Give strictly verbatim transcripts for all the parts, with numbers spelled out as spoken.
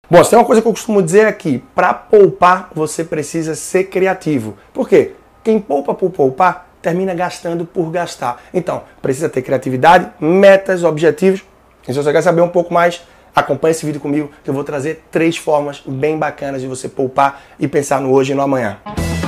Bom, se tem uma coisa que eu costumo dizer aqui, para poupar você precisa ser criativo. Por quê? Quem poupa por poupar termina gastando por gastar. Então, precisa ter criatividade, metas, objetivos. E se você quer saber um pouco mais, acompanhe esse vídeo comigo que eu vou trazer três formas bem bacanas de você poupar e pensar no hoje e no amanhã.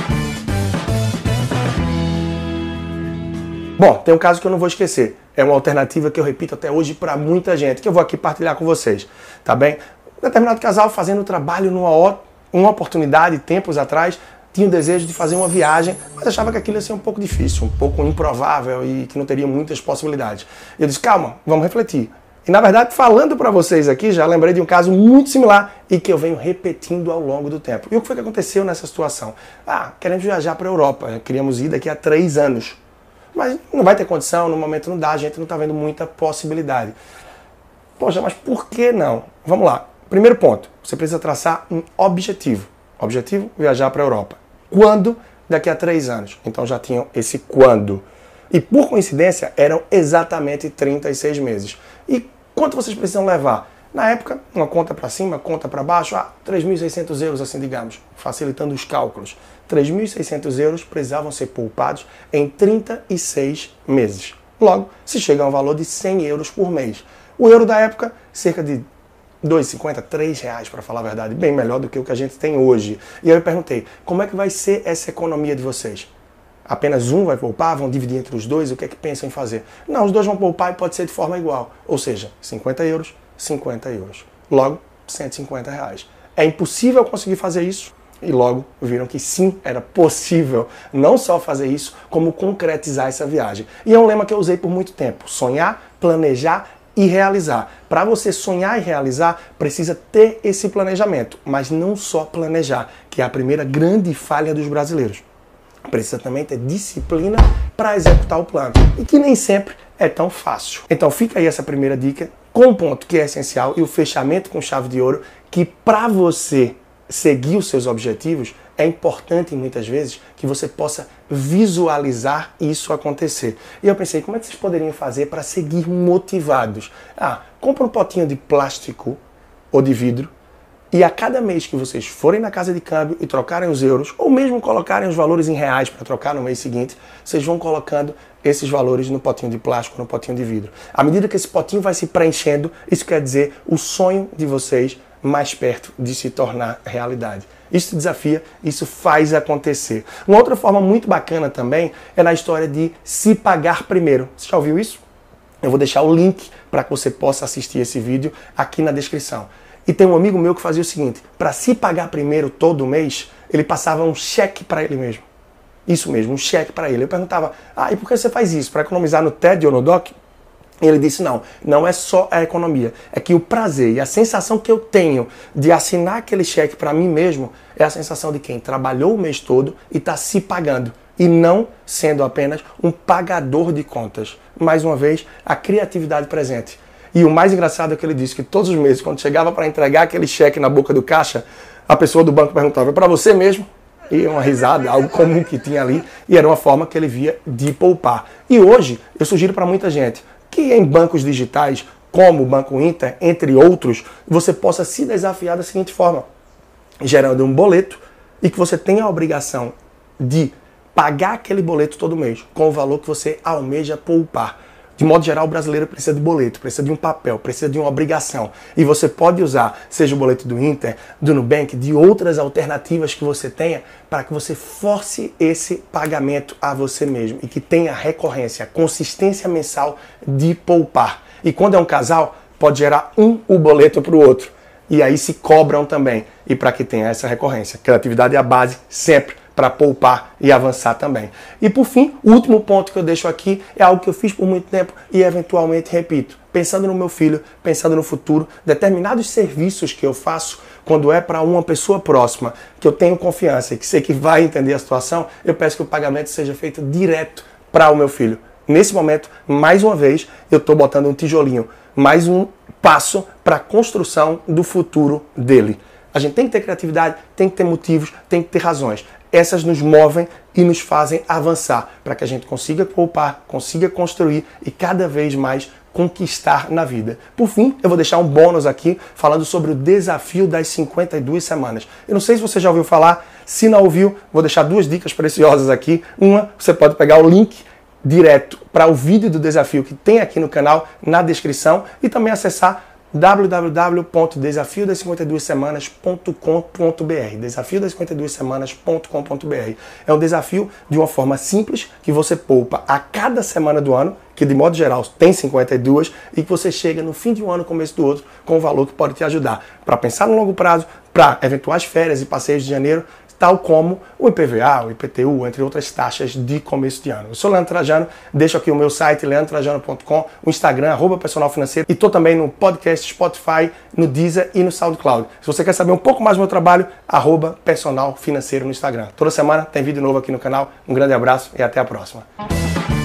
Bom, tem um caso que eu não vou esquecer. É uma alternativa que eu repito até hoje para muita gente, que eu vou aqui partilhar com vocês, tá bem? Um determinado casal fazendo trabalho numa uma oportunidade, tempos atrás, tinha o desejo de fazer uma viagem, mas achava que aquilo ia ser um pouco difícil, um pouco improvável e que não teria muitas possibilidades. Eu disse, calma, vamos refletir. E na verdade, falando para vocês aqui, já lembrei de um caso muito similar e que eu venho repetindo ao longo do tempo. E o que foi que aconteceu nessa situação? Ah, queremos viajar para a Europa, queríamos ir daqui a três anos. Mas não vai ter condição, no momento não dá, a gente não está vendo muita possibilidade. Poxa, mas por que não? Vamos lá. Primeiro ponto, você precisa traçar um objetivo. Objetivo, viajar para a Europa. Quando? Daqui a três anos. Então já tinham esse quando. E por coincidência, eram exatamente trinta e seis meses. E quanto vocês precisam levar? Na época, uma conta para cima, conta para baixo, ah, três mil e seiscentos euros, assim digamos, facilitando os cálculos. três mil e seiscentos euros precisavam ser poupados em trinta e seis meses. Logo, se chega a um valor de cem euros por mês. O euro da época, cerca de dois reais e cinquenta centavos, três reais, para falar a verdade, bem melhor do que o que a gente tem hoje. E aí eu perguntei, como é que vai ser essa economia de vocês? Apenas um vai poupar, vão dividir entre os dois, o que é que pensam em fazer? Não, os dois vão poupar e pode ser de forma igual. Ou seja, cinquenta euros, cinquenta euros. Logo, cento e cinquenta reais. É impossível conseguir fazer isso? E logo viram que sim, era possível não só fazer isso, como concretizar essa viagem. E é um lema que eu usei por muito tempo. Sonhar, planejar e realizar. Para você sonhar e realizar, precisa ter esse planejamento. Mas não só planejar, que é a primeira grande falha dos brasileiros. Precisa também ter disciplina para executar o plano. E que nem sempre é tão fácil. Então fica aí essa primeira dica, com um ponto que é essencial e o fechamento com chave de ouro, que para você seguir os seus objetivos, é importante muitas vezes que você possa visualizar isso acontecer. E eu pensei, como é que vocês poderiam fazer para seguir motivados? Ah, compra um potinho de plástico ou de vidro e a cada mês que vocês forem na casa de câmbio e trocarem os euros, ou mesmo colocarem os valores em reais para trocar no mês seguinte, vocês vão colocando esses valores no potinho de plástico, no potinho de vidro. À medida que esse potinho vai se preenchendo, isso quer dizer o sonho de vocês mais perto de se tornar realidade. Isso desafia, isso faz acontecer. Uma outra forma muito bacana também é na história de se pagar primeiro. Você já ouviu isso? Eu vou deixar o link para que você possa assistir esse vídeo aqui na descrição. E tem um amigo meu que fazia o seguinte, para se pagar primeiro todo mês, ele passava um cheque para ele mesmo. Isso mesmo, um cheque para ele. Eu perguntava, ah, e por que você faz isso? Para economizar no T E D ou no D O C? E ele disse, não, não é só a economia, é que o prazer e a sensação que eu tenho de assinar aquele cheque para mim mesmo é a sensação de quem trabalhou o mês todo e está se pagando e não sendo apenas um pagador de contas. Mais uma vez, a criatividade presente. E o mais engraçado é que ele disse que todos os meses, quando chegava para entregar aquele cheque na boca do caixa, a pessoa do banco perguntava, é para você mesmo? E uma risada, algo comum que tinha ali, e era uma forma que ele via de poupar. E hoje, eu sugiro para muita gente que em bancos digitais, como o Banco Inter, entre outros, você possa se desafiar da seguinte forma, gerando um boleto e que você tenha a obrigação de pagar aquele boleto todo mês, com o valor que você almeja poupar. De modo geral, o brasileiro precisa de boleto, precisa de um papel, precisa de uma obrigação. E você pode usar, seja o boleto do Inter, do Nubank, de outras alternativas que você tenha, para que você force esse pagamento a você mesmo e que tenha recorrência, consistência mensal de poupar. E quando é um casal, pode gerar um o boleto para o outro. E aí se cobram também. E para que tenha essa recorrência. Criatividade é a base sempre para poupar e avançar também. E por fim, o último ponto que eu deixo aqui é algo que eu fiz por muito tempo e eventualmente repito. Pensando no meu filho, pensando no futuro, determinados serviços que eu faço quando é para uma pessoa próxima, que eu tenho confiança e que sei que vai entender a situação, eu peço que o pagamento seja feito direto para o meu filho. Nesse momento, mais uma vez, eu estou botando um tijolinho, mais um passo para a construção do futuro dele. A gente tem que ter criatividade, tem que ter motivos, tem que ter razões. Essas nos movem e nos fazem avançar para que a gente consiga poupar, consiga construir e cada vez mais conquistar na vida. Por fim, eu vou deixar um bônus aqui falando sobre o desafio das cinquenta e duas semanas. Eu não sei se você já ouviu falar, se não ouviu, vou deixar duas dicas preciosas aqui. Uma, você pode pegar o link direto para o vídeo do desafio que tem aqui no canal, na descrição, e também acessar w w w ponto desafio das cinquenta e duas semanas ponto com ponto b r. desafio das cinquenta e duas semanas ponto com ponto b r. É um desafio de uma forma simples que você poupa a cada semana do ano, que de modo geral tem cinquenta e duas, e que você chega no fim de um ano, começo do outro, com um valor que pode te ajudar para pensar no longo prazo, para eventuais férias e passeios de janeiro, tal como o I P V A, o I P T U, entre outras taxas de começo de ano. Eu sou Leandro Trajano, deixo aqui o meu site, leandro trajano ponto com, o Instagram, arroba personal financeiro, e estou também no podcast Spotify, no Deezer e no SoundCloud. Se você quer saber um pouco mais do meu trabalho, arroba personal financeiro no Instagram. Toda semana tem vídeo novo aqui no canal. Um grande abraço e até a próxima.